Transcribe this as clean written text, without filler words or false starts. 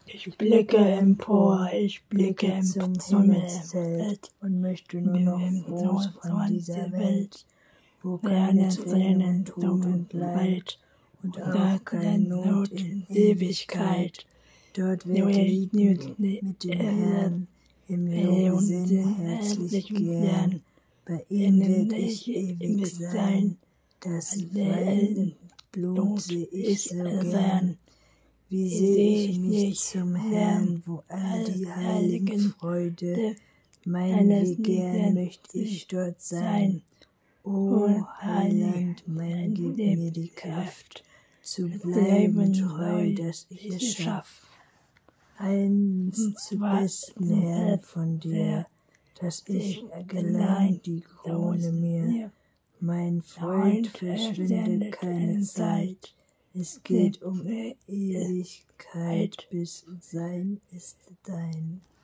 Ich blicke empor, ich blicke zum Himmelszelt und möchte nur noch froh von dieser Welt, wo keine Tränen, Tod und Leid und auch keine Not in Ewigkeit. Dort werde ich mit dem Herrn im Lobgesinn herzlich gern. Bei ihm werde ich ewig sein, das weinende Blut seh ich so gern. Wie seh ich nicht zum Herrn, wo all die heiligen Freude, mein wie gern möcht ich dort sein. O Heiland, mein, gib mir die Kraft, zu bleiben treu, dass ich es schaff. Einst zu besten Herrn von dir, dass ich gelang die Krone mir. Mein Freund, verschwinde keine Zeit, es geht um Ewigkeit, bis sein ist dein.